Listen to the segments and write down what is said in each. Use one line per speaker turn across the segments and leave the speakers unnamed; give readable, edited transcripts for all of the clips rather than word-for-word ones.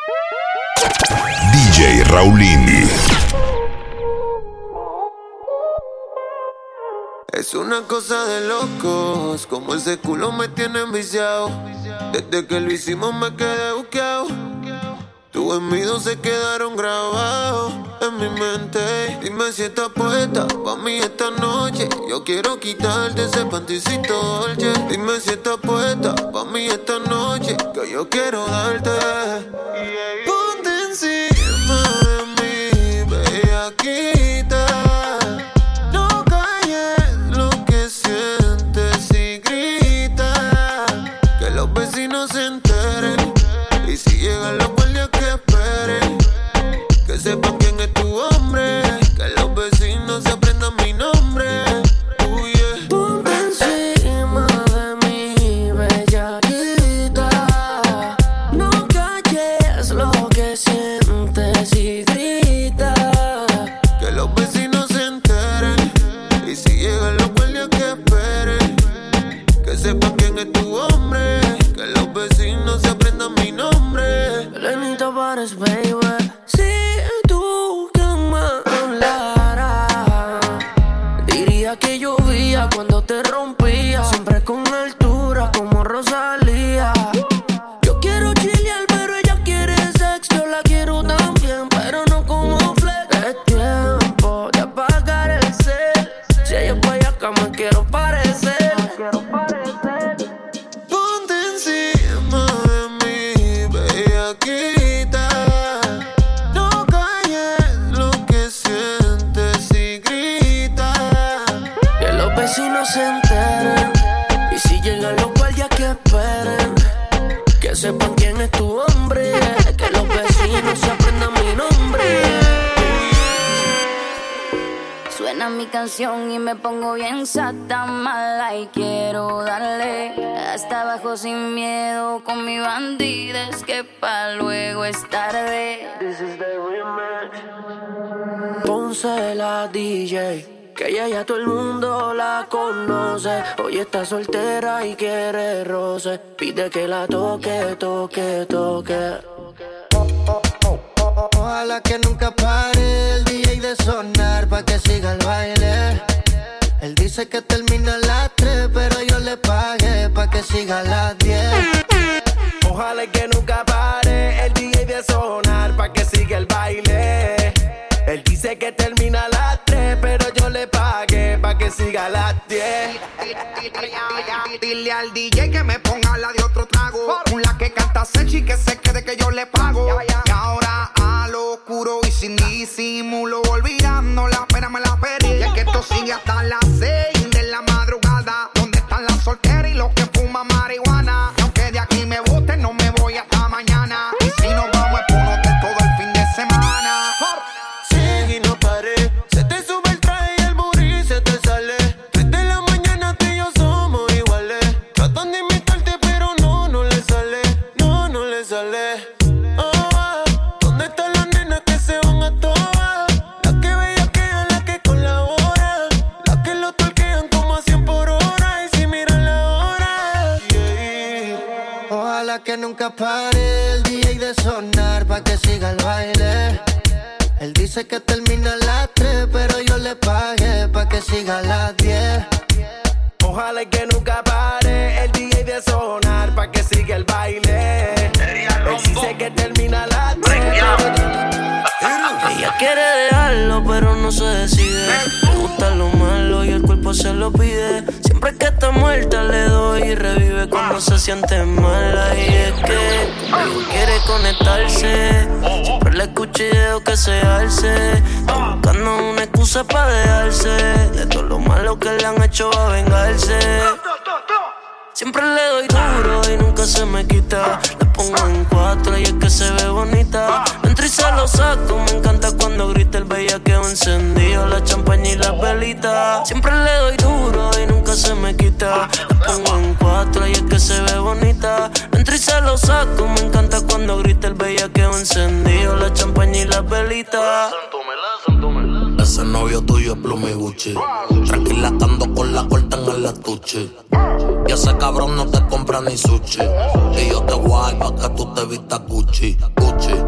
DJ Raulín.
Es una cosa de locos, como ese culo me tiene enviciado. Desde que lo hicimos me quedé buqueado. Tus gemidos se quedaron grabados en mi mente. Dime si estás puesta pa' mí esta noche. Yo quiero quitarte ese panticito dolce. Dime si estás puesta pa' mí esta noche, que yo quiero darte. Ponte encima de mí, bellaquita. No calles lo que sientes y grita. Que los vecinos se enteren. Y si llegan los guardias que esperen, que sepan quién es tu hombre, que los vecinos se aprendan mi nombre. Yeah.
Ponte encima de mí, bellaquita. No calles lo que sientes y grita.
Que los vecinos se enteren. Y si llegan los guardias que esperen, que sepan quién es tu hombre, que los vecinos se aprendan mi nombre.
Lenita pares, baby. Si tú que me hablaras, diría que llovía cuando te rompía. Siempre con altura como Rosalía. Yo quiero chilear, pero ella quiere sexo. Yo la quiero también, pero no como flex. Es tiempo de apagar el cel. Si ella es payaca, me quiero parecer.
Ponte encima de mí, bellaquita. No calles lo que sientes y grita.
Que los vecinos se enteren. Y si llegan los guardias que esperen, que sepan quién es tu hombre. Que los vecinos se aprendan mi nombre.
Suena mi canción y me pongo bien sata mala y quiero darle hasta abajo sin miedo con mi bandida. Es que pa' luego es tarde.
This is the remix. Ponce la DJ, que ella ya todo el mundo la conoce. Hoy está soltera y quiere roce. Pide que la toque, toque, toque.
Ojalá que nunca pare el DJ de sonar pa' que siga el baile. Él dice que termina a las 3, pero yo le pagué pa' que siga a las 10.
Ojalá que nunca pare el DJ de sonar pa' que siga el baile. Él dice que termina a las 3, pero yo le pagué pa' que siga a las 10.
Dile al DJ que me ponga la de otro trago. La que canta Sechi, que se quede que yo le pago. Y ahora a lo oscuro y sin disimulo, olvidando la pena me la perdí. Y es que esto sigue hasta las 6 de la madrugada. ¿Dónde están las solteras y los que fuman marihuana? Y aunque de aquí me boten, no me voy hasta mañana. Y si nos vamos es por un hotel todo el fin de semana.
Sigue y no paré. Se te sube el traje y el booty se te sale. 3 de la mañana tú y yo somos iguales. Tratan de imitarte pero no le sale. No le sale. ¿Dónde están las nenas que se van a todas? Las que bellaquean, las que colaboran. Las que lo torquean como a 100 por hora. Y si miran la hora, yeah.
Ojalá que nunca pare el DJ de sonar pa' que siga el baile. Él dice que termina a las 3, pero yo le pagué pa' que siga a las 10.
Ojalá que nunca pare el DJ de sonar pa' que siga el baile. Él dice que termina a las 3.
Ella quiere dejarlo, pero no se decide. Le gusta lo malo y el cuerpo se lo pide. Siempre que está muerta le doy y revive cuando se siente mala. Y es que conmigo quiere conectarse. Siempre le escucho y dejo que se alce. Está buscando una excusa para dejarse. De todo lo malo que le han hecho va a vengarse. Siempre le doy duro y nunca se me quita. Le pongo en 4 y es que se ve bonita. Entro y se lo saco, me encanta cuando grita el bellaqueo encendido, la champaña y las velitas. Siempre le doy duro y nunca se me quita. Le pongo en 4 y es que se ve bonita. Entro y se lo saco, me encanta cuando grita el bellaqueo encendido, la champaña y las velitas.
Ese novio tuyo es Pluma y Gucci. Tranquila estando con la corta en el estuche. Y ese cabrón no te compra ni sushi. Y yo te voy a dar pa' que tú te vistas Gucci, Gucci.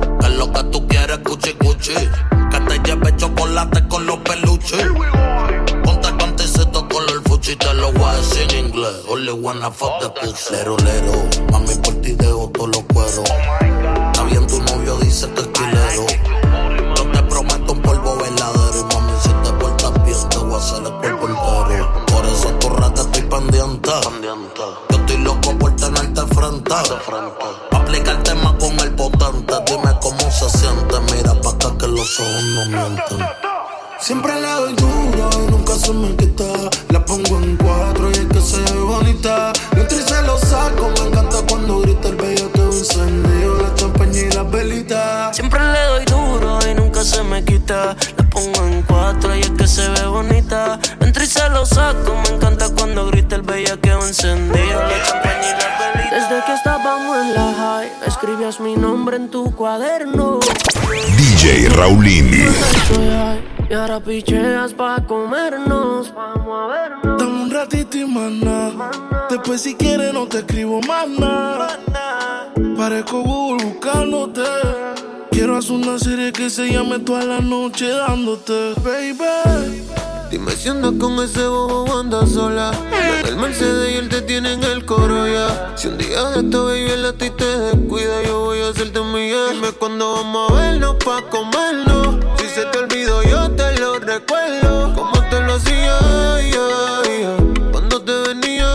Enough de pussy. Lero, lero, mami por ti dejo todos los cueros. Está bien, tu novio dice que es quilero. Yo te prometo un polvo verdadero. Y mami, si te portas bien, te voy a hacer el cuerpo entero. Por eso tu rata estoy pendiente. Yo estoy loco por tenerte frente. Pa' aplicarte más con el potente. Dime cómo se siente. Mira pa' acá que los ojos no mienten.
Siempre le doy duro y nunca se me quita. La pongo en 4 y es que se ve bonita. Nutri se lo saco, me encanta cuando grita el bello que encendido. La champaña y las velitas.
Siempre le doy duro y nunca se me quita. La pongo en 4 y es que se ve bonita. Nutri se lo saco, me encanta cuando grita el bello que encendido. La champaña y las velitas. Desde que estábamos en la high, escribías mi nombre en tu cuaderno.
DJ Raulini.
Y ahora picheas pa' comernos. Vamos a vernos.
Dame un ratito y maná. Después si quieres no te escribo más nada. Parezco Google buscándote. Quiero hacer una serie que se llame Toda la noche dándote, baby.
Dime si andas con ese bobo o andas sola. Yo en el Mercedes y él te tiene en el coro ya. Si un día de esto baby el a ti te descuida, yo voy a hacerte mía. Dime cuándo vamos a vernos pa' comernos. Si se te olvidó yo te lo recuerdo. Como te lo hacía, cuando te venía,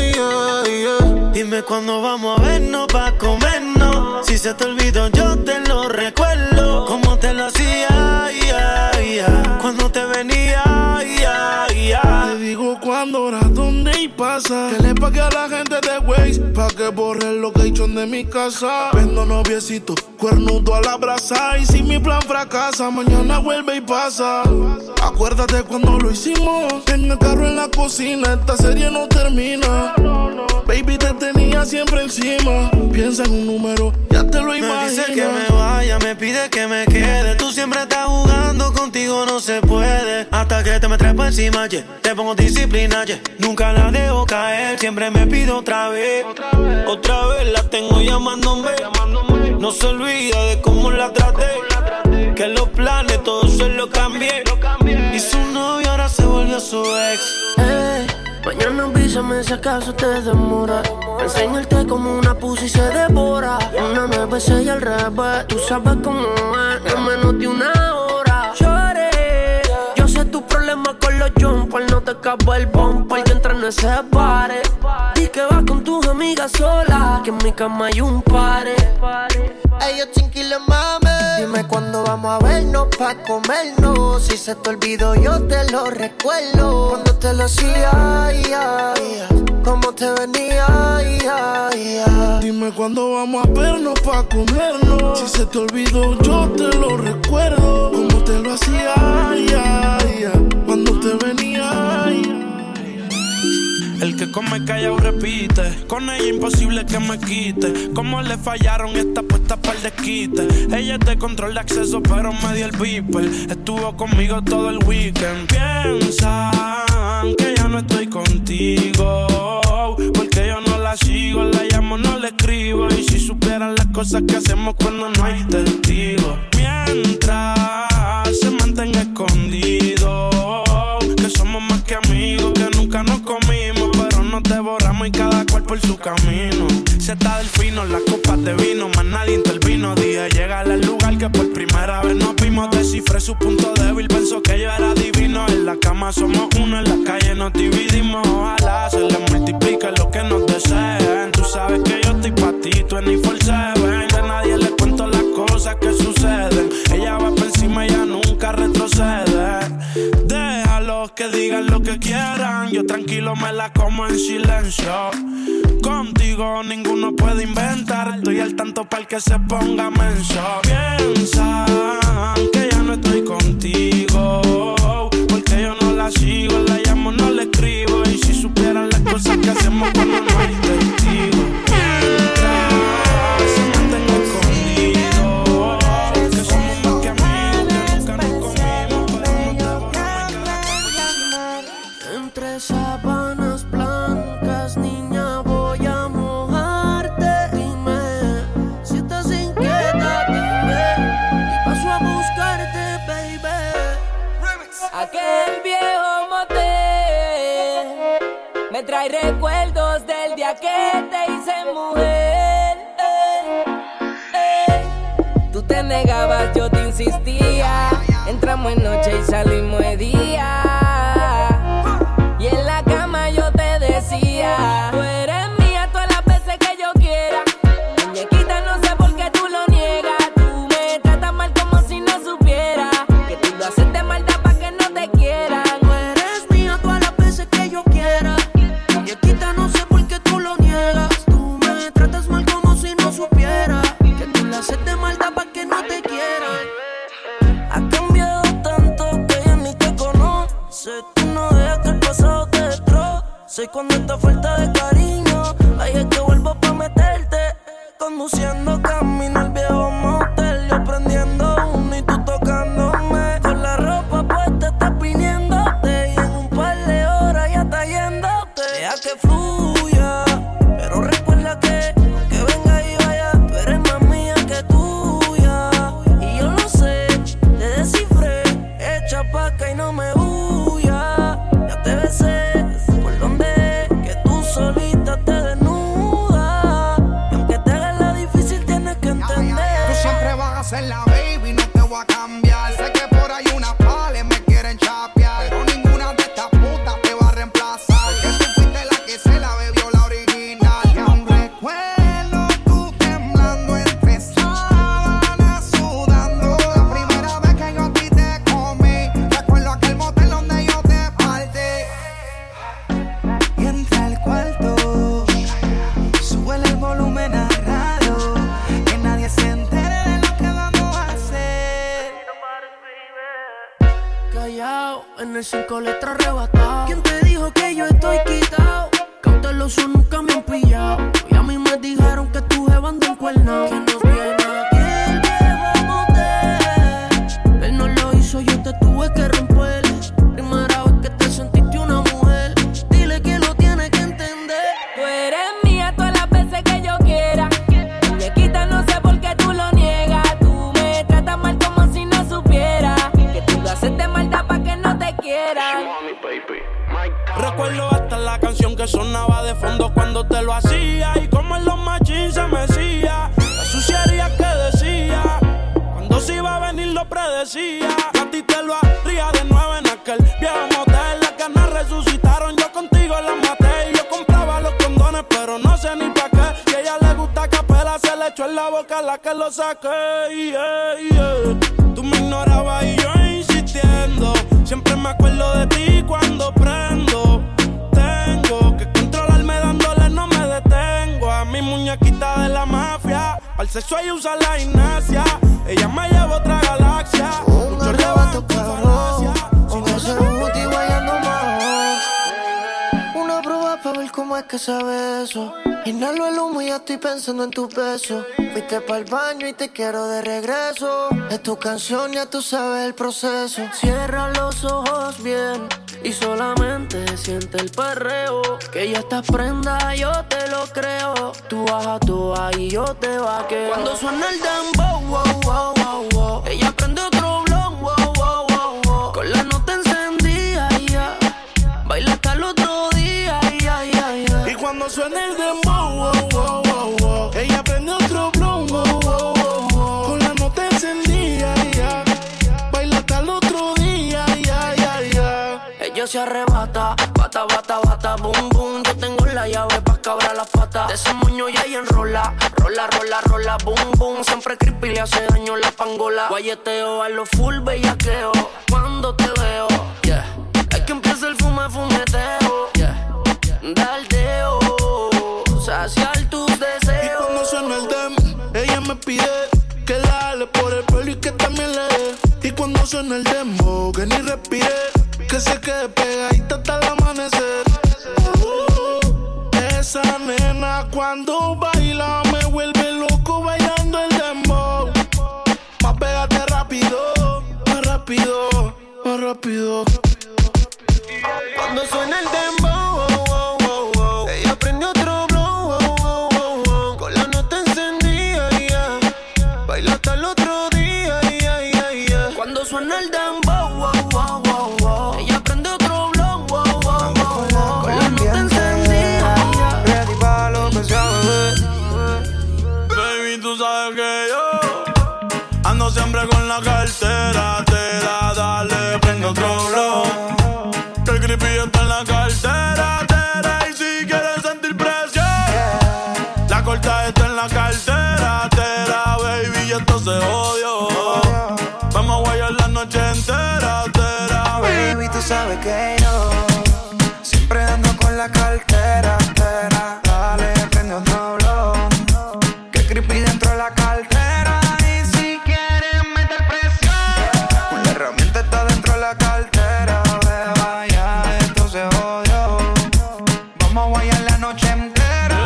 Dime cuándo vamos a vernos pa' comernos. Si se te olvidó yo te lo recuerdo. Como te lo hacía, cuando te venía,
Te digo cuándo, hora, dónde y pasa. Que le pague a la gente de Waze pa' que borre el location de mi casa. Vendo noviecito, cuernudo a la brasa. Y si mi plan fracasa, mañana vuelve y pasa. Acuérdate cuando lo hicimos en el carro en la cocina. Esta serie no termina. Baby, te tenía siempre encima. Piensa en un número, ya te lo imaginas.
Me dice que me vaya, me pide que me quede. Tú siempre estás jugando, contigo no se puede. Hasta que te me trepo encima, yeah. Te pongo disciplina, yeah. Nunca la dejo caer, siempre me pido otra vez. Otra vez la tengo llamándome. No se olvida de cómo la traté. Que los planes todos se los cambié. Y su novio ahora se volvió su ex. Mañana avísame si acaso te demora. Enseñarte como una pussy se devora. Una 9-6 al revés. Tú sabes cómo es, en menos de una hora. Lloré. Yo sé tu problema con los jumpers. No te acabo el bumper que entra en ese pare. Di que vas con tus amigas solas. Que en mi cama hay un pare.
Ellos chinquiles, mami. Dime cuándo vamos a vernos pa' comernos. Si se te olvidó yo te lo recuerdo. Cuando te lo hacía, como te venía,
Dime cuándo vamos a vernos pa' comernos. Si se te olvidó yo te lo recuerdo. Como te lo hacía, cuando te venía,
El que come callado repite. Con ella imposible que me quite. Como le fallaron esta puesta para el desquite. Ella es de control de acceso pero me dio el beeper. Estuvo conmigo todo el weekend. Piensan que ya no estoy contigo. Porque yo no la sigo, la llamo, no le escribo. Y si supieran las cosas que hacemos cuando no hay testigos. Mientras se mantenga escondido. Que somos más que amigos, que nunca nos comimos. Pero nos devoramos y cada cual por su camino. Se está del fino, las copas de vino, más nadie intervino. Dije llegar al lugar que por primera vez nos vimos. Descifré su punto débil, pensó que yo era divino. En la cama somos uno, en la calle nos dividimos. Ojalá se les multiplique lo que nos deseen. Tú sabes que yo estoy pa' ti, 24/7. A nadie le cuento las cosas que suceden. Ella va por encima, ella nunca retrocede. Déjalos que digan lo que quieran. Yo tranquilo me la como en silencio. Contigo ninguno puede inventar. Estoy al tanto para el que se ponga menso. Piensan que ya no estoy contigo. Porque yo no la sigo, la llamo, no le escribo. Y si supieran las cosas que hacemos cuando no hay testigo. Mientras se mantenga escondido. Que somos más que amigos, que nunca nos comimos. Pero no te borramos en
Entre sábanas blancas, niña, voy a mojarte. Dime si estás inquieta, dime. Y paso a buscarte, baby.
Aquel viejo motel me trae recuerdos del día
día que te hice mujer, tú te negabas, yo te insistía. Entramos en noche y salimos de día. Y en la cama yo te decía, tú eres mía todas las veces que yo quiera. Muñequita, no sé por qué tú lo niegas. Tú me tratas mal como si no supiera que tú lo haces de maldad pa' que no te quieran.
Tú eres mía todas las veces que yo quiera. Muñequita, no sé por qué tú lo niegas. Tú me tratas mal como si no supiera que tú lo haces de maldad pa' que no te quieran.
Has cambiado tanto que ya ni te conoces. Tú no dejas que el pasado te destroce. Cuando esta falta de cariño, ahí es que vuelvo pa' meterte. Conduciendo camino al viejo motel, yo prendiendo uno y tú tocándome. Con la ropa puesta estás viniéndote y en un par de horas ya está yéndote. Deja que fluya, pero recuerda que aunque venga y vaya, tú eres más mía que tuya. Y yo lo sé, te descifré, echa pa' acá y no me huya. Ya te besé, por donde que tú solita te desnuda. Y aunque te hagas la difícil tienes que entender.
Tú siempre vas a ser la baby, no te voy a cambiar. Sé que por ahí unas pales me quieren chapear, pero ninguna de estas putas te va a reemplazar. Que tú fuiste la que se la bebió la original. Y aún recuerdo tú temblando entre sábanas sudando. La primera vez que yo a ti te comí, recuerdo aquel motel donde yo te partí. Y entra al cuarto, súbele el volumen a radio, que nadie se entere de lo que vamos a hacer.
Callao, en el 5 letras arrebatado. ¿Quién te dijo que yo estoy quitado? Cauteloso nunca me han pillado. Y a mí me dijeron que tu jeva anda encuernao. Que no viene aquí el viejo motel. Él no lo hizo, yo te tuve que romper. Primera vez que te sentiste una mujer. Dile que lo tiene que entender.
Tú eres mía todas las veces que yo quiera. Muñequita, no sé por qué tú lo niegas. Tú me tratas mal como si no supiera que tú lo haces de maldad pa' que no te quieran.
Recuerdo hasta la canción que sonaba de fondo cuando te lo hacía. Y como en los machines se mecía. La suciedad que decía, cuando se iba a venir lo predecía. A ti te lo haría de nuevo en aquel viejo motel. Las ganas resucitaron, yo contigo las maté. Y yo compraba los condones, pero no sé ni pa' qué. Si a ella le gusta capela, se le echó en la boca la que lo saqué. Tú me ignorabas y yo insistiendo. Siempre me acuerdo de ti cuando prendo. Tengo que controlarme dándole, no me detengo. A mi muñequita de la mafia, al sexo ella usa la gimnasia. Ella me lleva a otra galaxia.
Un arrebato cabrón, sin ese booty guayando más. Una prueba pa' ver cómo es que sabe eso. Inhalo el humo y ya estoy pensando en tu beso. Fuiste pa'l baño y te quiero de regreso. Es tu canción, ya tú sabes el proceso.
Cierra los ojos bien y solamente siente el perreo. Que ya estás prenda, yo te lo creo. Tú baja toa y yo te vaqueo. Cuando suena el dembow, wow, wow, wow, wow. Ella prende otro blon, wow, wow, wow, wow. Con la nota encendida, ya. Baila hasta el otro día, ya, ya, ya.
Y cuando suena el dembow, wow, wow, wow, wow. Ella prende otro blon, wow, wow, wow, wow. Con la nota encendida, ya. Baila hasta el otro día, ya, ya, ya.
Ella se arrebata, bata, bata, bata, boom, boom. Yo tengo la llave pa' cabrar las patas. De ese moño ya y enrola, rola, rola, rola, boom, boom. Siempre creepy le hace daño la pangola. Guayeteo a lo full bellaqueo. Cuando te veo, yeah. Es que empieza el fumeteo, yeah. Daldeo, saciar tus deseos.
Y cuando suena el dem, ella me pide que la jale por el pelo y que también le dé. Y cuando suena el dembow, que ni respire, que se quede pegadita hasta el amanecer. Esa nena cuando baila me vuelve loco bailando el dembow. Más pégate rápido, más rápido, más rápido.
Cuando suena el dembow, oh, oh, oh, oh. Ella prende otro blow, oh, oh, oh, oh. Con la nota encendida, yeah. Baila hasta el otro día, yeah, yeah, yeah.
Cuando suena el dembow, wow, wow, wow, wow. Ella prende otro blow, wow, wow, wow, wow. Con la nota encendida, yeah.
Ready para
tú sabes que yo ando siempre con la cartera. Dale, prende otro blow. Que el creepy está en la cartera. Y si quieres sentir presión, la corta está en la cartera. Baby, y esto se odió. Vamos a guayar la noche entera.
Baby, tú sabes que yo siempre ando con la cartera. Dale, prende otro blow. Que creepy dentro de la cartera. Y si quieres meter presión, una herramienta está dentro de la cartera. Beba, ya esto se jodió. Vamos a guayar la noche entera.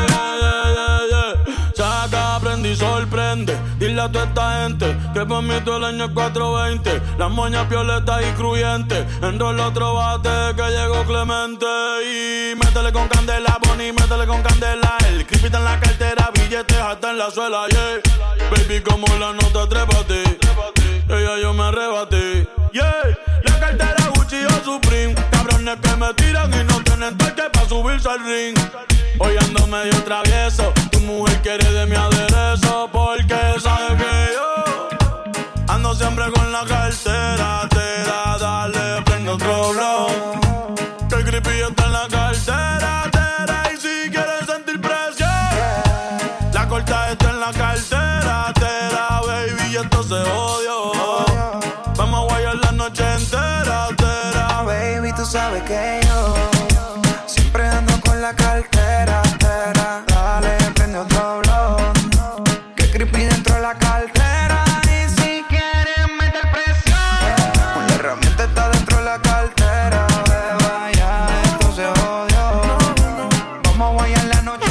Saca, aprende y sorprende. Dile a toda esta gente que por mí todo el año es 420. Las moñas violetas y cruyentes. Enrola otro bate que llegó Clemente. Y métele con candela, Bonnie, métele con candela. El creepy está en la cartera, billetes hasta en la suela, yeah. Baby, como la nota, trépate. Ella yo me arrebaté, yeah. La cartera Gucci o Supreme. Cabrones que me tiran y no tienen toque pa' subirse al ring. Hoy ando medio travieso. Tu mujer quiere de mi aderezo. Porque sabe que yo ando siempre con la cartera. Dale, prende otro blow. Que el creepy está en la cartera. Y si quieres sentir presión, la corta está en la cartera. Baby, y esto se odió. Vamos a guayar la noche entera.
Baby, tú sabes que yo siempre ando con la cartera. Dale, prende otro blow. Que creepy dentro de la cartera. Y si quieres meter presión, una herramienta está dentro de la cartera. Beba, ya esto se jodió. Vamos a guayar la noche.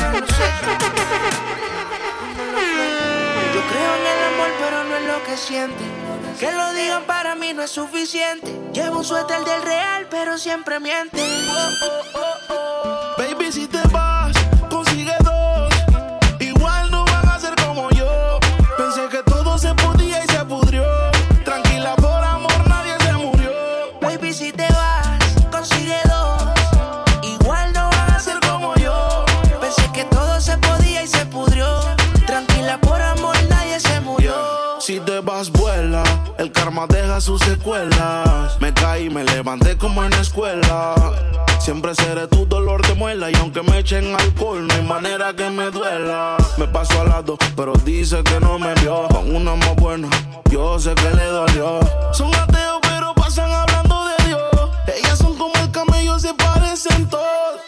Yo creo en el amor, pero no en lo que siente. Que lo digan para mí no es suficiente. Llevo un suéter del real, pero siempre miente.
Baby, si te vas, consigue dos. Igual no van a ser como yo. Pensé que todo se podía y se pudrió. Tranquila, por amor nadie se murió.
Baby, si te vas, consigue dos. Igual no van a ser como yo. Pensé que todo se podía y se pudrió. Tranquila, por amor nadie se murió.
Si te vas, vuela. El karma deja sus secuelas. Me caí, me levanté como en la escuela. Siempre seré tu dolor de muela. Y aunque me echen alcohol, no hay manera que me duela. Me paso al lado, pero dice que no me vio. Con una más buena, yo sé que le dolió. Son ateos, pero pasan hablando de Dios. Ellas son como el camello, se parecen todos.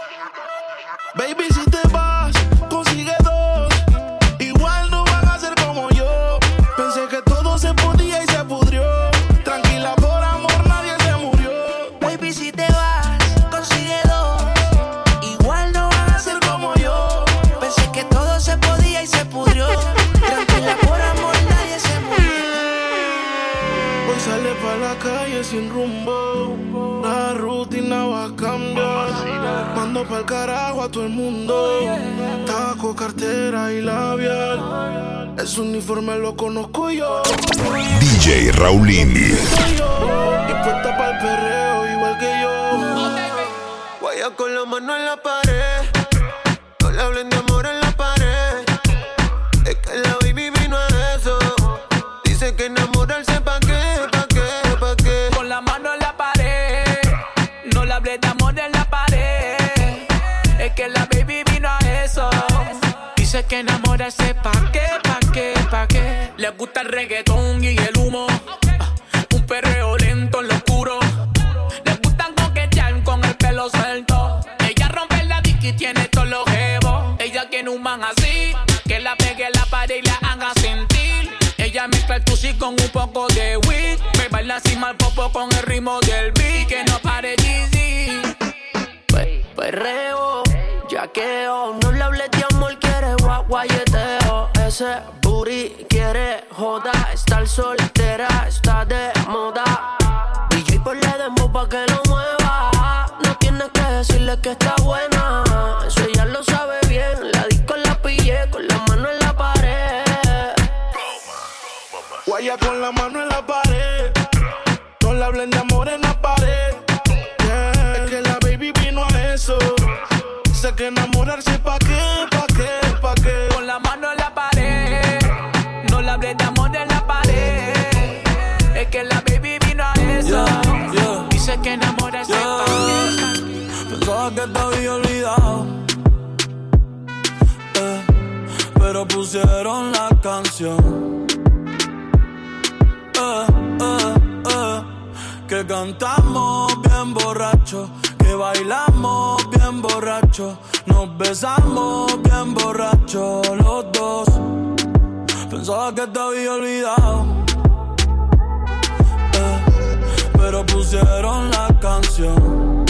Baby, si te vas, consigue dos. Igual no van a ser como yo. Pensé que todo se podía y se pudrió. Tranquila, por amor nadie se murió.
Baby, si te vas, consigue dos. Igual no van a ser como yo. Pensé que todo se podía y se pudrió. Tranquila, por amor nadie se murió.
Hoy sale pa' la calle sin rumbo. La rutina va a cambiar. Mando pa'l carajo a todo el mundo. Taco, cartera y labial. Ese uniforme lo conozco yo.
DJ Raulín.
Y puesta pa'l perreo igual que yo.
Guaya con la mano en la pared. No le hablen de amor en la pared. Es que la baby vino a eso. Dice que enamorarse pa' qué.
Con la mano en la pared. No le hablé de amor en la pared. Es que la baby vino a eso. Dice que enamorarse pa' qué. Le gusta el reggaetón y el humo. Un perreo lento en lo oscuro. Le gustan coquetear con el pelo suelto. Ella rompe la disc y tiene todos los jevos. Ella quiere un man así, que la pegue en la pared y la haga sentir. Ella mezcla el tusi con un poco de weed. Me baila así mal popo con el ritmo del beat. Que no pare Jeezy.
Perreo, yaqueo. No le hables de amor, quiere guayeteo. Ese booty quiere joda. Estar soltera está de moda. DJ por le demo pa' que lo mueva. No tienes que decirle que está buena. Eso ella lo sabe bien. La disco la pillé con la mano en la pared.
Guaya con la mano en la pared. No le hablen de amor en la pared. Yeah. Es que la baby vino a eso. Sé que enamorarse pa' qué.
Con la mano en la pared.
pusieron la canción. Que cantamos bien borrachos, que bailamos bien borrachos, nos besamos bien borrachos los dos. Pensaba que te había olvidado, pero pusieron la canción.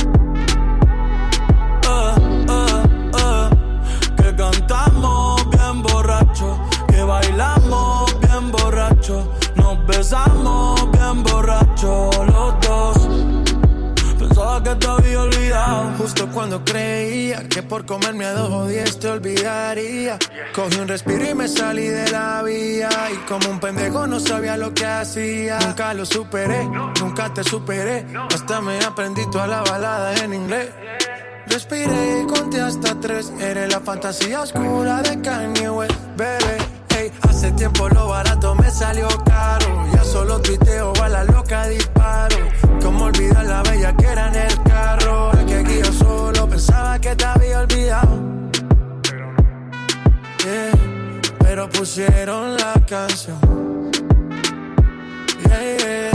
Que cantamos bien borrachos, que bailamos bien borrachos, nos besamos bien borrachos los dos. Pensaba que te había olvidado.
Justo cuando creía que por comerme a 2 o 10 te olvidaría, cogí un respiro y me salí de la vía. Y como un pendejo no sabía lo que hacía. Nunca lo superé, nunca te superé. Hasta me aprendí todas las baladas en inglés. Respiré y conté hasta 3. Eres la fantasía oscura de Kanye West, bebé. Hey, hace tiempo lo barato me salió caro. Ya solo tuiteo, a la loca disparo. Cómo olvidar la bella que era en el carro. La que aquí yo solo pensaba que te había olvidado. Yeah, pero pusieron la canción. Yeah, yeah.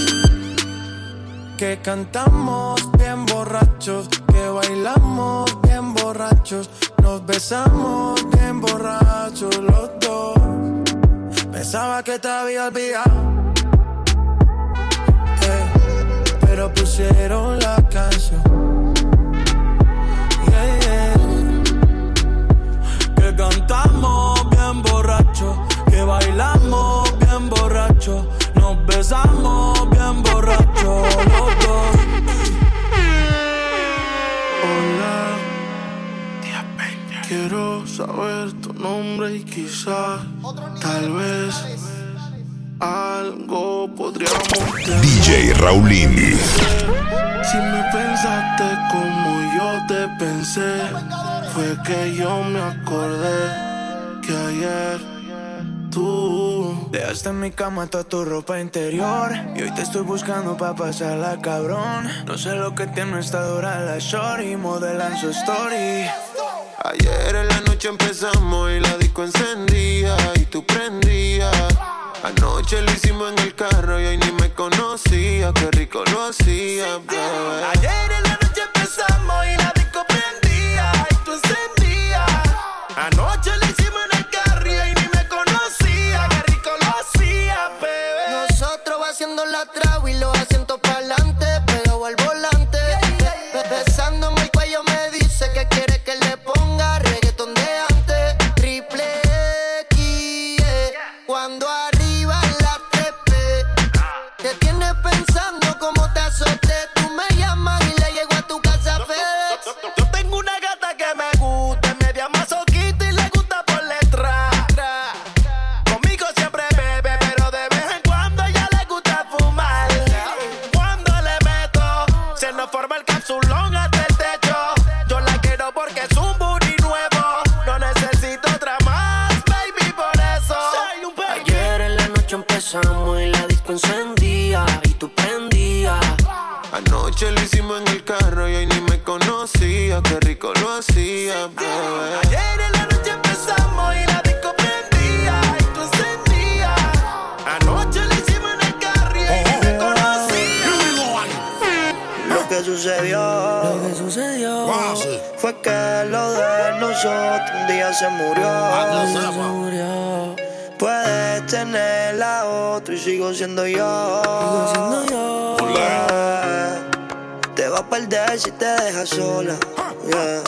Que cantamos bien borrachos, que bailamos bien borrachos, nos besamos bien borrachos los dos. Pensaba que te había olvidado, pero pusieron la canción. Yeah, yeah.
Que cantamos bien borrachos, que bailamos bien borrachos, nos besamos bien borrachos los dos.
Hola, quiero saber tu nombre y quizás, tal vez, algo podríamos tener.
DJ Raulín.
Si me pensaste como yo te pensé, fue que yo me acordé que ayer tú
dejaste en mi cama toda tu ropa interior y hoy te estoy buscando pa' pasarla, cabrón. No sé lo que tiene esta dura la shorty, modelan su story.
Ayer en la noche empezamos y la disco encendía y tú prendías. Anoche lo hicimos en el carro y hoy ni me conocía. Qué rico lo hacía, bebé.
Ayer en la noche empezamos y la disco prendía y tú encendías. Anoche lo hicimos en el carro y hoy ni me conocía. Qué rico lo hacía, bebé. Nosotros haciendo la trago y los asientos pa'lante, pegado al volante. Besándome el cuello me dice que quiere que le ponga reggaetón de antes. Triple X, cuando arriba la trepe. Te tienes pensando cómo te azoté. Tú me llamas y le llego a tu casa FedEx. Yo tengo una gata que me gusta, media masoquita y le gusta por letra. Conmigo siempre bebe, pero de vez en cuando a ella le gusta fumar. Cuando le meto, se nos forma el capsulón hasta el techo. Yo la quiero porque es un booty nuevo. No necesito otra más, baby, por eso.
Ayer en la noche empezamos y la disco encendía y tú prendías.
Anoche lo hicimos en el carro y hoy ni me conocía. Qué rico lo hacía, bebé.
Ayer en la noche empezamos y la disco prendía y tú encendías. Anoche lo hicimos en el carro y hoy ni me conocía.
Lo que sucedió fue que lo de nosotros un día se murió. Puedes tener la otra y sigo siendo yo. Te vas a perder si te dejas sola. Yeah.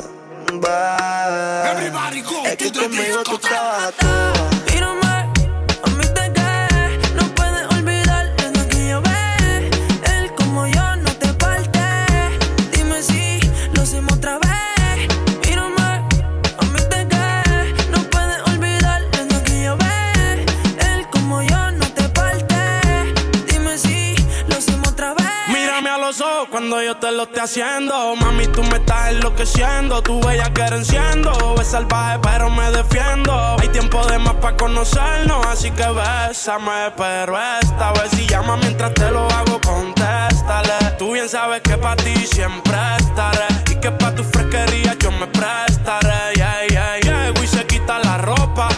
Es que conmigo tú estabas a toa.
Mírame, a mí te cae. No puedes olvidar lo que yo ve. Él como yo no te parte. Dime si lo hacemos otra vez. Mírame, a mí te cae. No puedes olvidar lo que yo ve. Él como yo no te parte. Dime si lo hacemos otra vez.
Mírame a los ojos cuando yo te lo esté haciendo. Mami, tú me estás enloqueciendo. Tu bella que enciendo. Es salvaje pero me defiendo. Hay tiempo de más para conocernos, así que bésame. Pero esta vez si llamas mientras te lo hago, contéstale. Tú bien sabes que pa' ti siempre estaré. Y que pa' tu fresquería yo me prestaré. Yeah, yeah, yeah. Y se quita la ropa. El whisky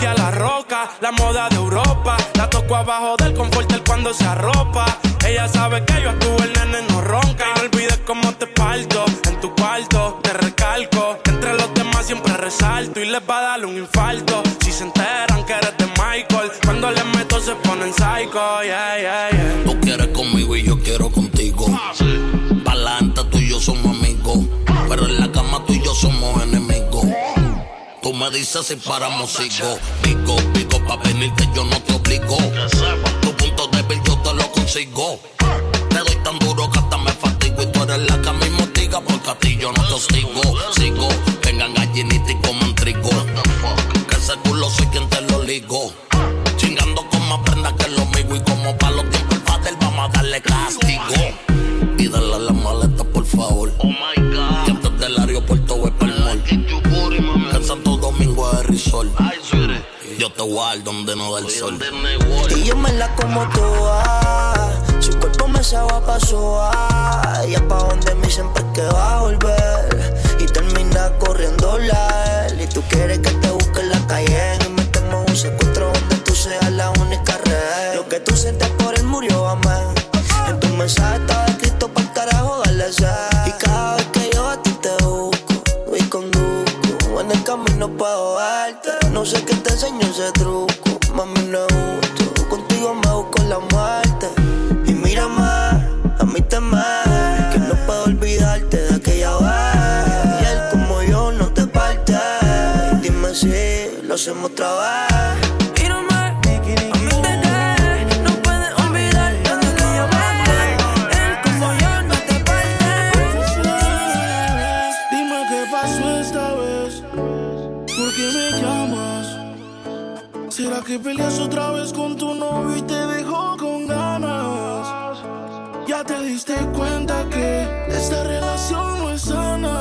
Nike a la roca, la moda de Europa. La toco abajo del confort cuando se arropa. Ella sabe que yo actúo, el nene no ronca. Y no olvides cómo te parto en tu cuarto, te recalco. Entre los demás siempre resalto y les va a dar un infarto si se enteran que eres de Michael. Cuando les meto se ponen psycho, yeah, yeah, yeah.
Tú quieres conmigo y yo quiero contigo. Pa'lante tú y yo somos amigos, pero en la cama tú y yo somos enemigos. Tú me dices si paramos sigo. Pico, pico pa' venir que yo no te obligo. Tu punto débil yo te lo consigo. Te doy tan duro que hasta me fatigo. Y tú eres la que a mí me hostiga porque a ti yo no te hostigo. Sigo, vengan gallinitas y coman trigo. Que ese culo soy quien te lo ligo. Chingando con más prendas que lo mío. Y como pa' los tiempos el padre vamos a darle castigo. Y dale a la maleta por favor. Oh my God. Que antes del aeropuerto voy pa'l mall. Que en Santo Domingo es risol. Yo te guardo donde no da el sol.
Y yo me la como toda. Su cuerpo me sabe a paso. Y es pa' donde mí siempre que va a volver. Y termina corriéndola él. Y tú quieres que te busque en la calle. Y metemos un secuestro donde tú seas la única red. Lo que tú sientes por él murió, amén. En tu mensaje estaba escrito pa'l carajo, dale sed. Y cada vez que yo a ti te busco, voy conduzco. En el camino puedo verte. No sé qué te enseñó ese truco. Mami, no es justo. Contigo me busco la muerte. Y mírame, a mí te me que no puedo olvidarte de aquella vez. Y él como yo no te parte. Dime si lo hacemos otra vez.
¿Será que peleas otra vez con tu novio y te dejó con ganas? Ya te diste cuenta que esta relación no es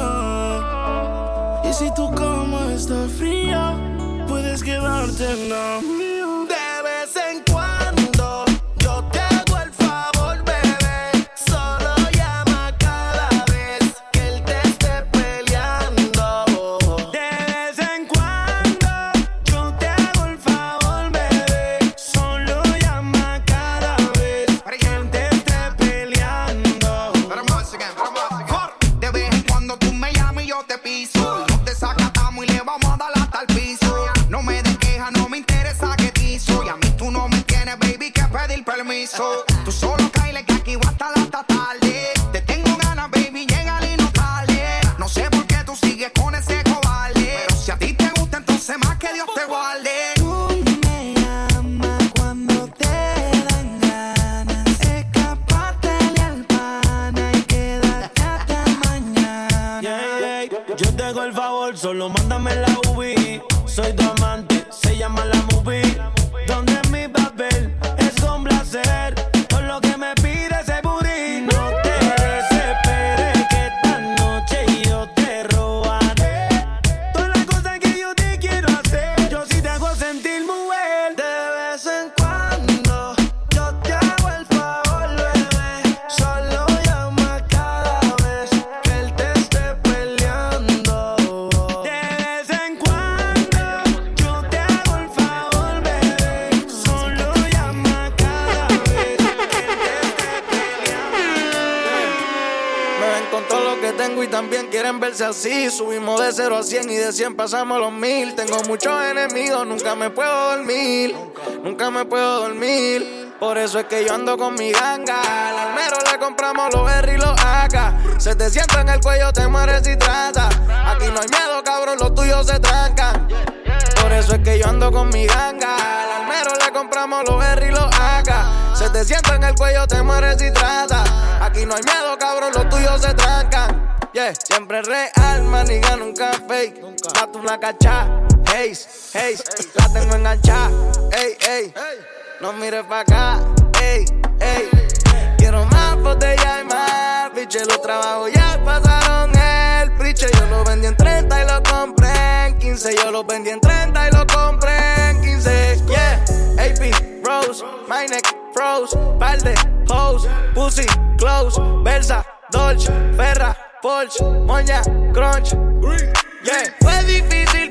sana. Y si tu cama está fría, puedes quedarte en la mía. De vez en cuando yo te hago el favor, bebé. Solo llama cada vez que él te esté peleando. De vez en cuando yo te hago el favor, bebé. Solo llama cada vez que él te esté peleando.
De vez en cuando tú me llamas y yo te piso. No te sacatamos y le vamos a dar hasta el piso. No me des queja, no me interesa que te hizo. Y a mí tú no me tienes, baby, que pedir permiso. Tú solo cáele que aquí voy hasta la tarde. Te tengo ganas, baby, llegale y no tarde. No sé por qué tú sigues con ese cobarde. Pero si a ti te gusta, entonces más que Dios te guarde.
Tú me llamas cuando te dan ganas. Escapátele al pana y quédate hasta mañana.
Yeah, yeah. Yo te hago el favor, solo mándame la UV. Soy tu amante, se llama la movie. Donde mi papel es complacer. Por lo que me pide ese booty. No te desesperes que esta noche yo te robaré. Todas las cosas que yo te quiero hacer, yo sí te hago sentir mujer.
De vez en cuando yo te hago el favor, bebé. Solo llama cada vez que él te esté peleando.
De vez en cuando yo te hago el favor, bebé. Solo llama cada vez que él te esté peleando.
Me ven con todo lo que tengo y también quieren verse así. Subimos de 0 a 100 y de 100 pasamos los 1000. Tengo muchos enemigos, nunca me puedo dormir. Nunca me puedo dormir. Por eso es que yo ando con mi ganga. Al almero le compramos los R y los AK. Se te sienta en el cuello, te mueres si trata. Aquí no hay miedo, cabrón, los tuyos se trancan. Por eso es que yo ando con mi ganga. Al almero le compramos los R y los AK. Se te sienta en el cuello, te mueres si trata. Aquí no hay miedo, cabrón, los tuyos se trancan. Yeah, siempre real, maniga, nunca fake. Mato una cacha, haze, haze. La tengo enganchada, ey, ey. No mires pa' acá, ey, ey. Quiero más botella y más. Biche, los trabajos ya pasaron el priche. Yo lo vendí en 30 y lo compré en 15. Yo lo vendí en 30 y lo compré en 15. Yeah, AP, Rose, my neck, froze. Par de hoes, pussy, close. Versa, Dolce, Ferra, Porsche, Moña, Crunch. Yeah, fue difícil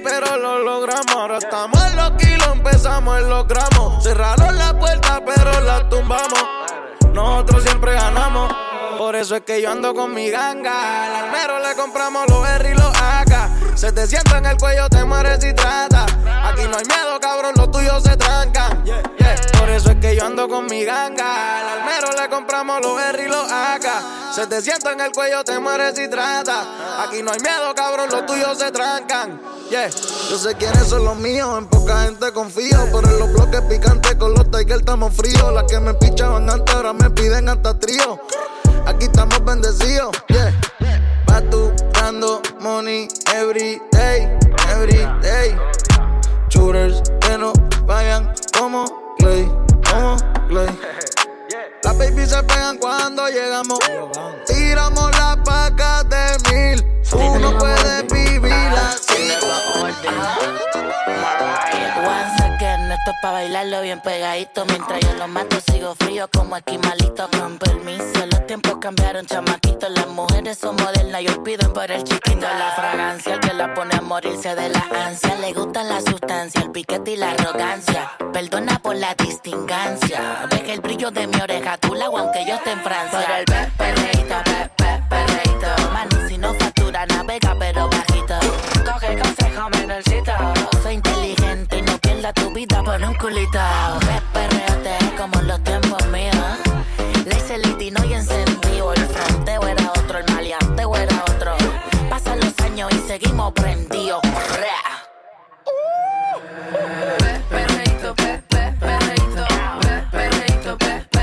pero lo logramos. Ahora estamos en los kilos, empezamos en los gramos. Cerraron la puerta, pero la tumbamos. Nosotros siempre ganamos. Por eso es que yo ando con mi ganga. Al almero le compramos los R y los AK. Se te sienta en el cuello, te mueres si trata. Aquí no hay miedo, cabrón, los tuyos se trancan. Por eso es que yo ando con mi ganga. Al almero le compramos los R y los AK. Se te sienta en el cuello, te mueres si trata. Aquí no hay miedo, cabrón, los tuyos se trancan. Yo sé quiénes son los míos, en poca gente confío. Pero en los bloques picantes con los Tiger estamos fríos. Las que me pichaban antes ahora me piden hasta trío. Aquí estamos bendecidos, Patucando money every day, every day. Shooters que no vayan como Clay, como Clay. Las babies se pegan cuando llegamos. Tiramos las pacas de 1000. Uno puede vivir así.
Once again, esto es pa' bailarlo bien pegadito. Mientras yo lo mato sigo frío como esquimalito. Con permiso, los tiempos cambiaron, chamaquito. Las mujeres son modernas y hoy piden por el chiquito. La fragancia, el que la pone a morirse de la ansia. Le gusta la sustancia, el piquete y la arrogancia. Perdona por la distingancia. Deja el brillo de mi oreja, tú la aunque yo esté en Francia. Por el perreíto, perreíto. Mani, si no factura, navega pero bajito. Coge consejo, menorcito. Soy inteligente y no pierda tu vida por un culito. Perreote como los tiempos míos. Le hice litino y encendido. El fronteo era otro, el maleanteo era otro. Pasan los años y seguimos prendidos.
Perreíto, perreíto, perreíto, perreíto,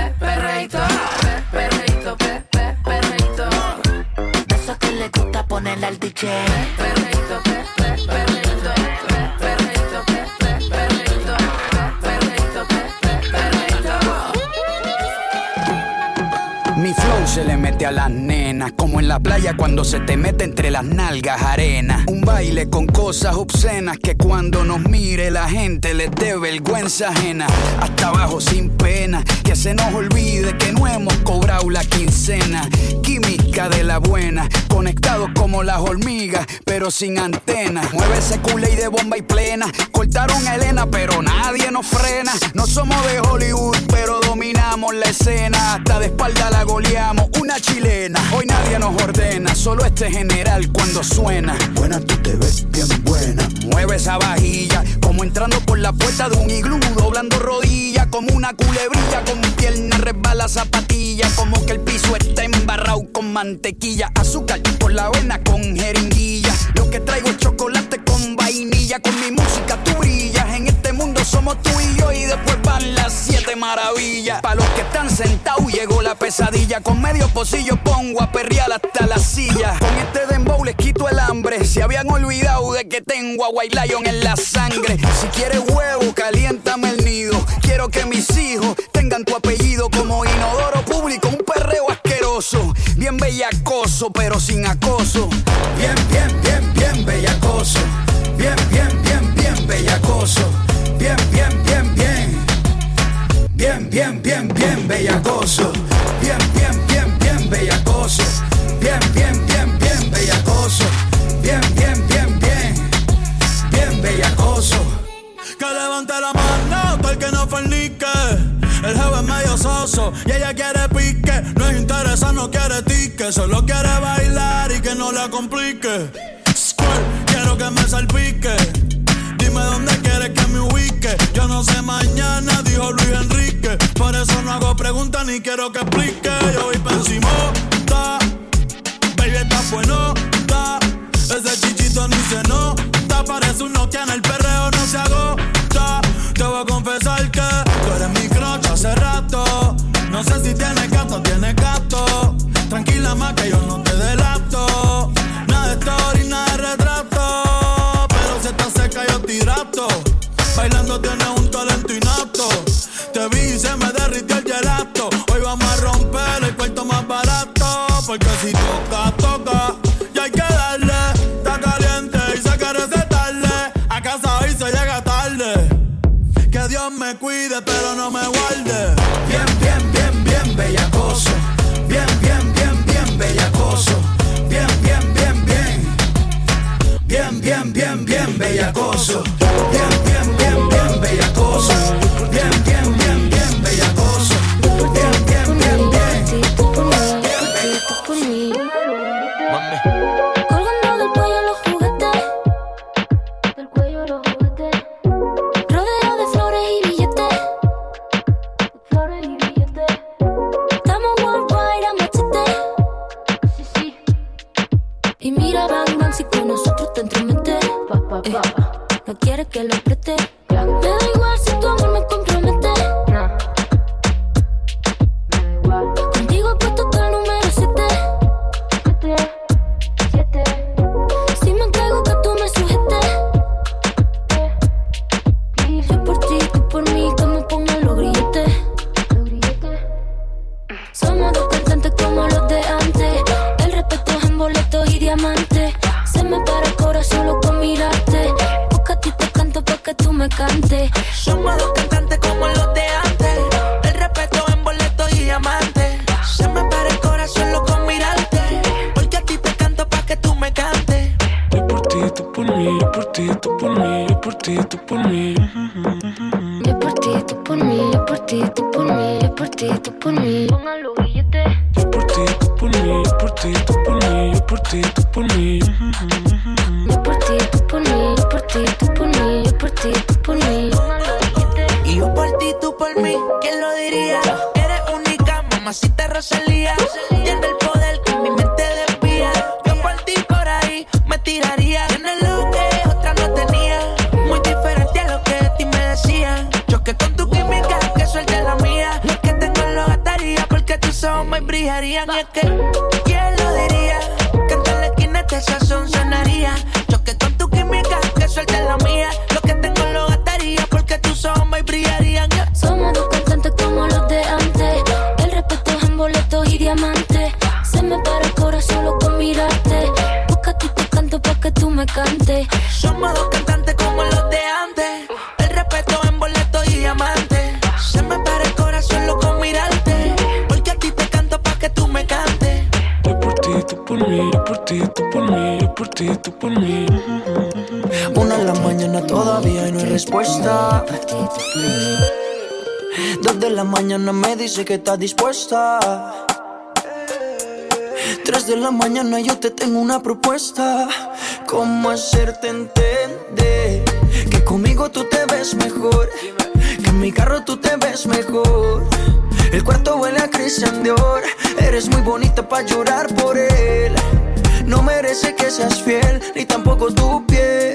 perreíto, perreíto.
Eso que le gusta ponerle al DJ.
Perreíto, perreíto, perreíto, perreíto, perreíto.
Mi flow se le mete a las nenas, como en la playa cuando se te mete entre las nalgas arena. Un baile con cosas obscenas que cuando nos mire la gente les dé vergüenza ajena. Hasta abajo sin pena, que se nos olvide que no hemos cobrado la quincena. Química de la buena, conectados como las hormigas, pero sin antenas. Mueve ese culé y de bomba y plena. Cortaron a Elena, pero nadie nos frena. No somos de Hollywood, pero dominamos la escena. Hasta de espalda la goleamos, una chilena. Hoy nadie nos ordena, solo este general cuando suena. Buena, tú te ves bien buena. Mueve esa vajilla, como entrando por la puerta de un iglú. Doblando rodillas, como una culebrilla. Con pierna resbala zapatilla, como que el piso está embarrado con mantequilla. Azúcar por la avena con jeringuilla. Lo que traigo es chocolate con vainilla. Con mi música tú brillas. En este mundo somos tú y yo, y después van las 7 maravillas. Pa' los que están sentados llegó la pesadilla. Con medio pocillo pongo a perrear hasta la silla. Con este dembow les quito el hambre. Se habían olvidado de que tengo a White Lion en la sangre. Si quieres huevo, caliéntame el nido. Quiero que mis hijos tengan tu apellido. Como inodoro público, un perreo asqueroso. Bien bellacoso, pero sin acoso. Bien, bien, bien, bien bellacoso. Bien, bien, bien, bien bellacoso. Bien, bien, bien, bien. Bien, bien, bien, bien bellacoso. Bien, bien, bien, bien bellacoso. Bien, bien, bien, bien bellacoso. Bien, bien, bien, bien. Bien bellacoso.
Que levante la mano, todo el que no fornique. El jefe es medio soso y ella quiere pique. No es interesa, no quiere tique. Solo quiere bailar y que no la complique. Squirt, quiero que me salpique. Dime dónde quieres que me ubique. Yo no sé mañana, dijo Luis Enrique. Por eso no hago preguntas ni quiero que explique. Yo voy pa' encima, baby, está bueno, ese chichito ni se nota. Parece un Nokia en el perreo, no se agota. Te voy a confesar que tú eres mi crush hace rato. No sé si tienes gato o tienes gato. Tranquila más que yo no te delato. Nada de story, nada de retrato. Pero si estás seca yo te hidrato. Bailando tienes un talento inapto. Te vi y se me derritió el gelato. Hoy vamos a romper el cuarto más barato. Porque si toca, toca. Y hay que darle. Está caliente y se quiere recetarle. A casa hoy se llega tarde. Que Dios me cuide pero no me guarde.
Bien, bien, bien, bien bellacoso. Bien, bien, bien, bien bellacoso. Bien, bien, bien, bien. Bien, bien. bien, bien, bien bellacoso. Bien, bien, bien, bien bellacoso. Bien, bien, bien, bien bellacoso. Bien, bien, bien, bien.
Colgando del cuello los juguetes, del cuello los juguetes, rodeado de flores y billetes, flores y billetes. Estamos worldwide a machete, sí, sí. Y mira, bang, bang, si con nosotros te entremetes, no quieres que lo apriete. Me da igual si tu amor me compromete. Contigo he puesto hasta el número 7. Si me entrego que tú me sujetes. Yo por ti, tú por mí, que me pongan los grilletes. Somos dos cantantes como los de antes. El respeto es en boletos y diamantes. Se me para el corazón solo con mirarte. Porque a ti te canto pa' que tú me cantes.
Somos dos cantantes como los de antes. El respeto en boletos y diamantes. Se me para el corazón solo con mirarte. Porque a ti te canto pa' que tú me cantes.
Yo por ti, tú por mí, yo por ti, tú por mí, yo por ti, tú por mí.
Yo por ti, tú por mí, yo por ti, tú por mí, yo por ti, tú por mí. Pongan los billetes.
Yo por ti, tú por mí, yo por ti, tú por mí, yo por ti, tú por mí.
Yo por ti, tú por mí, yo por ti, tú por mí, yo por ti, tú por mí. Pongan los billetes.
Y yo por ti, tú por mí, ¿quién lo diría? Eres única, mamacita Rosalía. Tiene el poder que mi mente desvía. Yo por ti por ahí me tiraría. Tienes lo que otra no tenía. Muy diferente a lo que de ti me decían. Choque con tu química, que suelte la mía. Lo que tengo lo gastaría porque tus ojos me brillarían. Y es que, ¿quién lo diría? Que en toda la esquina este sazón sonaría. Choque con tu química, que suelte la mía. Lo que tengo lo gastaría porque tus ojos me brillarían.
Somos dos cantantes como los de antes. El respeto es en boletos y diamantes. Se me para el corazón solo con mirarte. Porque a ti te canto pa' que tú me cantes.
Somos dos cantantes como los de antes. El respeto en boletos y diamantes. Se me para el corazón solo con mirarte. Porque a ti te canto pa' que tú me cantes.
Yo por ti, tú por mí, yo por ti, tú por mí, yo por ti, tú por mí.
1 de la mañana todavía y no hay respuesta. 2 de la mañana me dice que está dispuesta. 3 de la mañana yo te tengo una propuesta. ¿Cómo hacerte entender que conmigo tú te ves mejor? Que en mi carro tú te ves mejor. El cuarto huele a Christian Dior. Eres muy bonita pa' llorar por él. No merece que seas fiel, ni tampoco tu piel.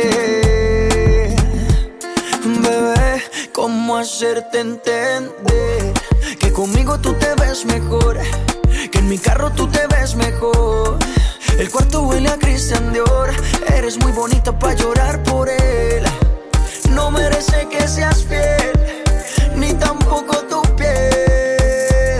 Bebé, ¿cómo hacerte entender que conmigo tú te ves mejor? Que en mi carro tú te ves mejor. El cuarto huele a Christian Dior. Eres muy bonita pa' llorar por él. No merece que seas fiel, ni tampoco tu piel.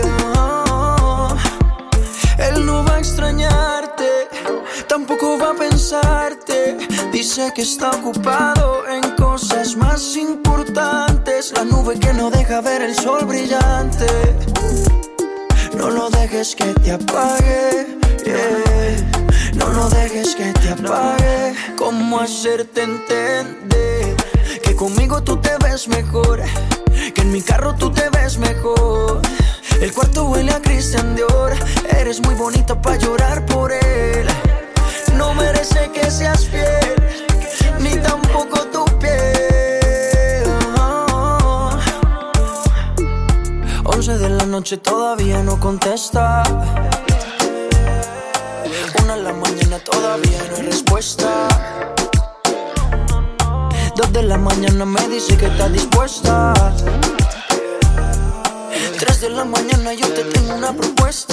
Él no va a extrañarte, tampoco va a pensarte. Dice que está ocupado en cosas más importantes. La nube que no deja ver el sol brillante. No lo dejes que te apague, yeah. No lo dejes que te apague. ¿Cómo hacerte entender que conmigo tú te ves mejor? Que en mi carro tú te ves mejor. El cuarto huele a Christian Dior. Eres muy bonita pa' llorar por él. No merece que seas fiel, ni tampoco tu piel. 11 de la noche todavía no contesta. 1 de la mañana todavía no hay respuesta. 2 de la mañana me dice que está dispuesta. 3 de la mañana yo te tengo una propuesta.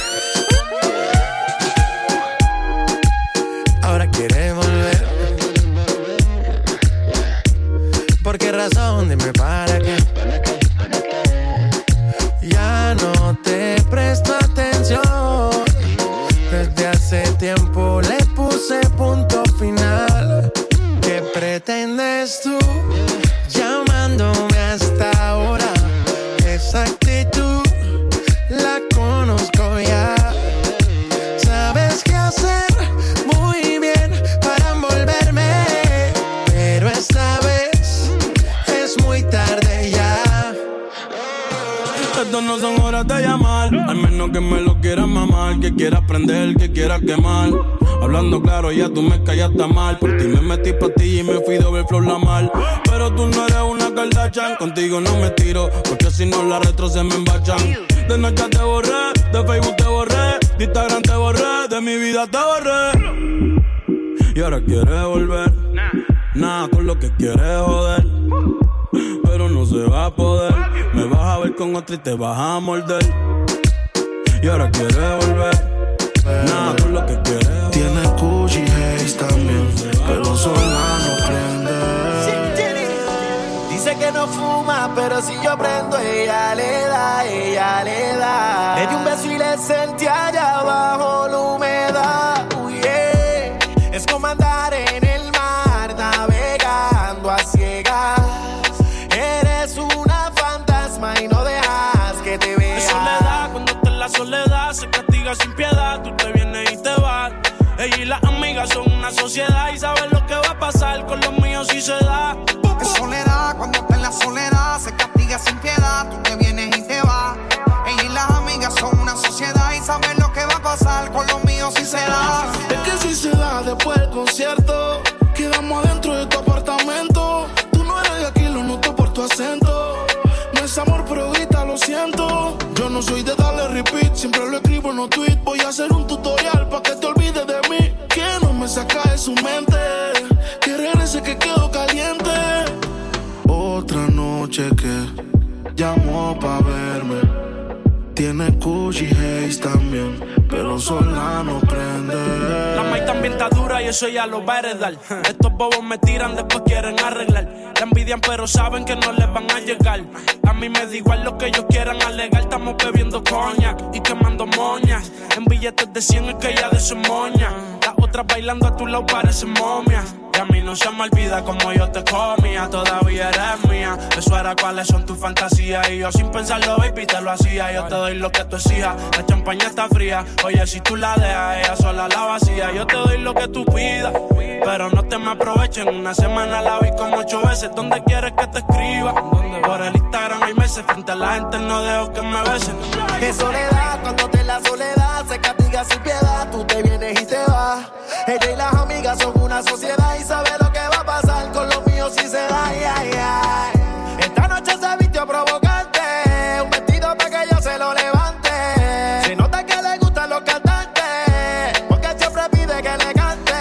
Ahora quiere volver. ¿Por qué razón? Dime para qué. Ya no te presto atención. Desde hace tiempo le puse punto final. ¿Qué pretendes tú llamándome hasta ahora? Esa actitud la conozco ya. Sabes qué hacer muy bien para envolverme
Estas no son horas de llamar, al menos que me lo quieras mamar, que quieras prender, que quieras quemar. Hablando claro, ya tú me callaste mal. Por ti me metí pa' ti y me fui doble flow la mal. Pero tú no eres una Kardashian, contigo no me tiro, porque si no las retro se me embachan. De Snapchat te borré, de Facebook te borré, de Instagram te borré, de mi vida te borré. Y ahora quieres volver, nada con lo que quieres joder. Pero no se va a poder, me vas a ver con otra y te vas a morder. Y ahora quieres volver, nada con lo que quieres joder.
Tiene Gucci Haze también, pero sola no prende.
Dice que no fuma, pero si yo prendo, ella le da, ella le da. Le di un beso y le sentí allá abajo la humedad. Yeah. Es como andar en el mar, navegando a ciegas. Eres una fantasma y no dejas que te vea.
Es soledad, cuando está en la soledad, se castiga sin piedad. Tú te vienes y te vas. Ella y las amigas son una sociedad y saben lo que va a pasar con los míos si se da.
Es soledad, cuando está en la soledad, se castiga sin piedad. Tú te vienes y te vas. Ella y las amigas son una sociedad y saben lo que va a pasar con los míos si se da.
Es que si se da después del concierto, quedamos adentro de tu apartamento. Tú no eres de aquí, lo noto por tu acento. No es amor, pero grita, lo siento. Yo no soy de darle repeat, siempre lo escribo en los tweets. Voy a hacer un tutorial pa' que te olvides de mí. Que no me saca de su mente, que regrese que quedo caliente. Otra noche que llamó pa' verme. Tiene Gucci Haze también, pero sola no prende.
La maíz también está dura y eso ya lo va a heredar. Estos bobos me tiran, después quieren arreglar. La envidian pero saben que no les van a llegar. A mí me da igual lo que ellos quieran alegar. Estamos bebiendo coñac y quemando moñas. En billetes de 100 es que ya de su moña. Las otras bailando a tu lado parecen momias. Y a mí no se me olvida como yo te comía. Todavía eres mía. Eso era cuáles son tus fantasías. Y yo sin pensarlo, baby, te lo hacía. Yo te doy lo que tú exijas. La champaña está fría. Oye, si tú la dejas, ella sola la vacía. Yo te doy lo que tú pidas, pero no te me aprovechen. Una semana la vi como 8 veces. ¿Dónde quieres que te escriba? Por el Instagram hay meses. Frente a la gente no dejo que me besen.
Es soledad, cuando te en la soledad, se castiga sin piedad. Tú te vienes y te vas. Ella y las amigas son una sociedad y sabe lo que va a pasar con los míos si se da. Ay, ay, ay. Esta noche se vistió provocante, un vestido para que yo se lo levante. Se nota que le gustan los cantantes, porque siempre pide que le cante.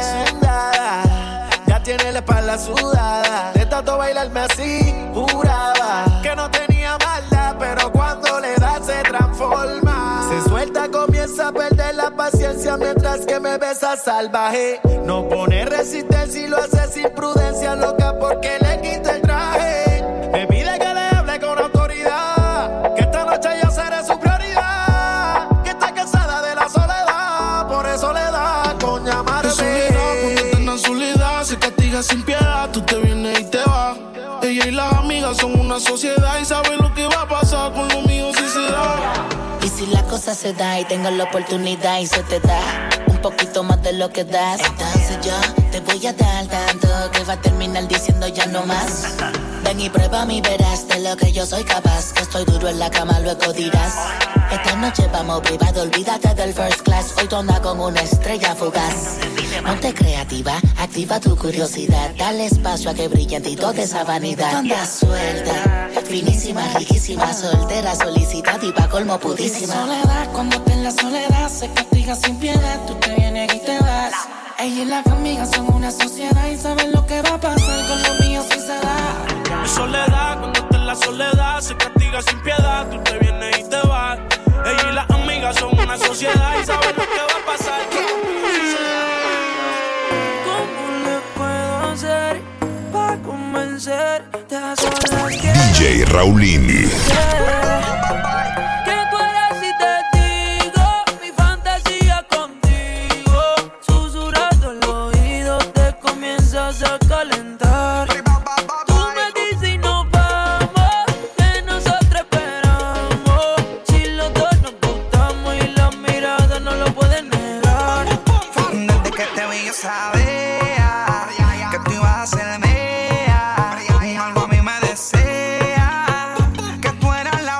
Sudada, ya tiene la espalda sudada, de tanto bailarme así, juraba que no tenía maldad, pero cuando le da se transforma. Se suelta, comienza a perder la paciencia mientras que me besa salvaje. No pone resistencia y lo hace sin prudencia, loca porque le quita el traje. Me pide que le hable con autoridad, que esta noche yo seré su prioridad, que está cansada de la soledad, por eso le da con llamarme.
Es soledad, cuando está en la soledad, se castiga sin piedad. Tú te vienes y te vas. Ella y las amigas son una sociedad y saben lo que va a pasar con lo mío si se da.
Y si la cosa se da y tengo la oportunidad y se te da un poquito más de lo que das, entonces yo te voy a dar tanto que va a terminar diciendo ya no más. Ven y prueba y verás de lo que yo soy capaz, que estoy duro en la cama, luego dirás. Esta noche vamos privado, olvídate del first class. Hoy tú andas con una estrella fugaz. Ponte creativa, activa tu curiosidad. Dale espacio a que brille en ti toda esa vanidad. Anda suelta, finísima, riquísima, soltera, solicitativa, colmo pudísima.
Soledad, cuando está en la soledad, se castiga sin piedad. Tú te vienes y te vas. Ella y las amigas son una sociedad y saben lo que va a pasar con los míos si se da.
Es soledad, cuando está en la soledad, se castiga sin piedad. Tú te vienes y te vas. Ella y las amigas son una sociedad y saben lo que va a pasar con los míos si se da.
¿Cómo le puedo hacer para convencerte a solas que
DJ Raulín?
Que tú eres si te digo mi fantasía contigo. Susurrando el oído te comienzas a calentar. Tú me dices y nos vamos, que nosotros esperamos. Si los dos nos gustamos y las miradas no lo pueden negar.
Desde que te vi yo sabía que tú ibas a ser mía. Algo a mí me desea que tú eras la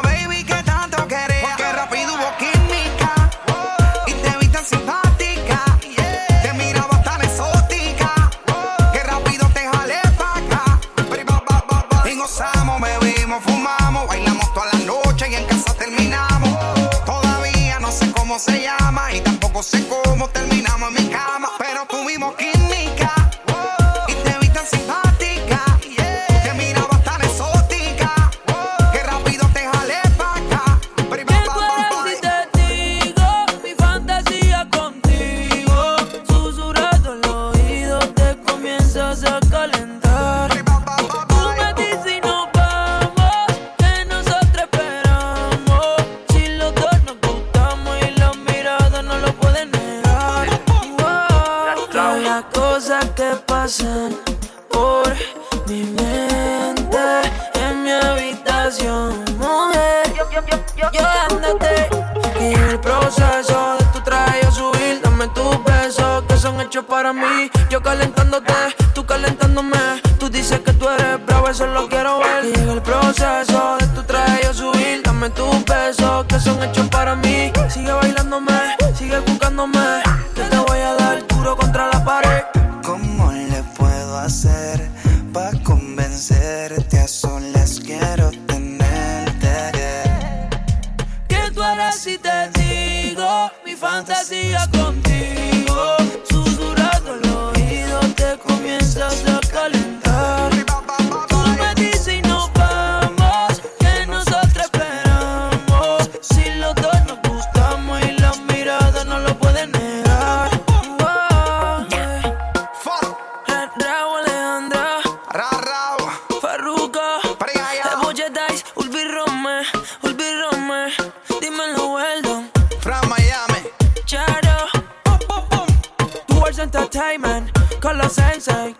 fumamos, bailamos toda la noche y en casa terminamos. Todavía no sé cómo se llama y tampoco sé cómo terminamos en mi cama, pero tuvimos química y te vi tan simpática, te miraba tan exótica, que rápido te jalé pa' acá.
¿Qué fuera si te digo mi fantasía contigo? Susurrando al oído te comienzas a calentar. Tú me dices y nos vamos, que nosotros esperamos. Si los dos nos gustamos y la mirada no lo pueden negar. Wow, las cosas que pasan por mi mente en mi habitación, mujer. Yo dándote y en el proceso de tu traje a subir, dame tus besos que son hechos para mí. Yo calentándote, tú calentándome. Tú dices que tú eres bravo, eso lo quiero ver. Y en el proceso de tu traje a subir, dame tus besos que son hechos para mí. Sigue bailándome, sigue buscándome, que te voy a dar duro contra la pared.
¿Cómo le puedo hacer pa' convencerte? A solas quiero tenerte.
¿Qué tú harás si te digo mi fantasía contigo? Susurrando al oído te comienzas a calentar. Tú me dices y nos vamos, que nosotros esperamos. Si los dos nos gustamos y la mirada no lo pueden negar. Wow, yeah. Raúl Alejandra, Farruko, Eboye Dice, Ulvi Rome, dímelo Weldon,
From Miami,
Charo, Towards Entertainment, con los Sensei.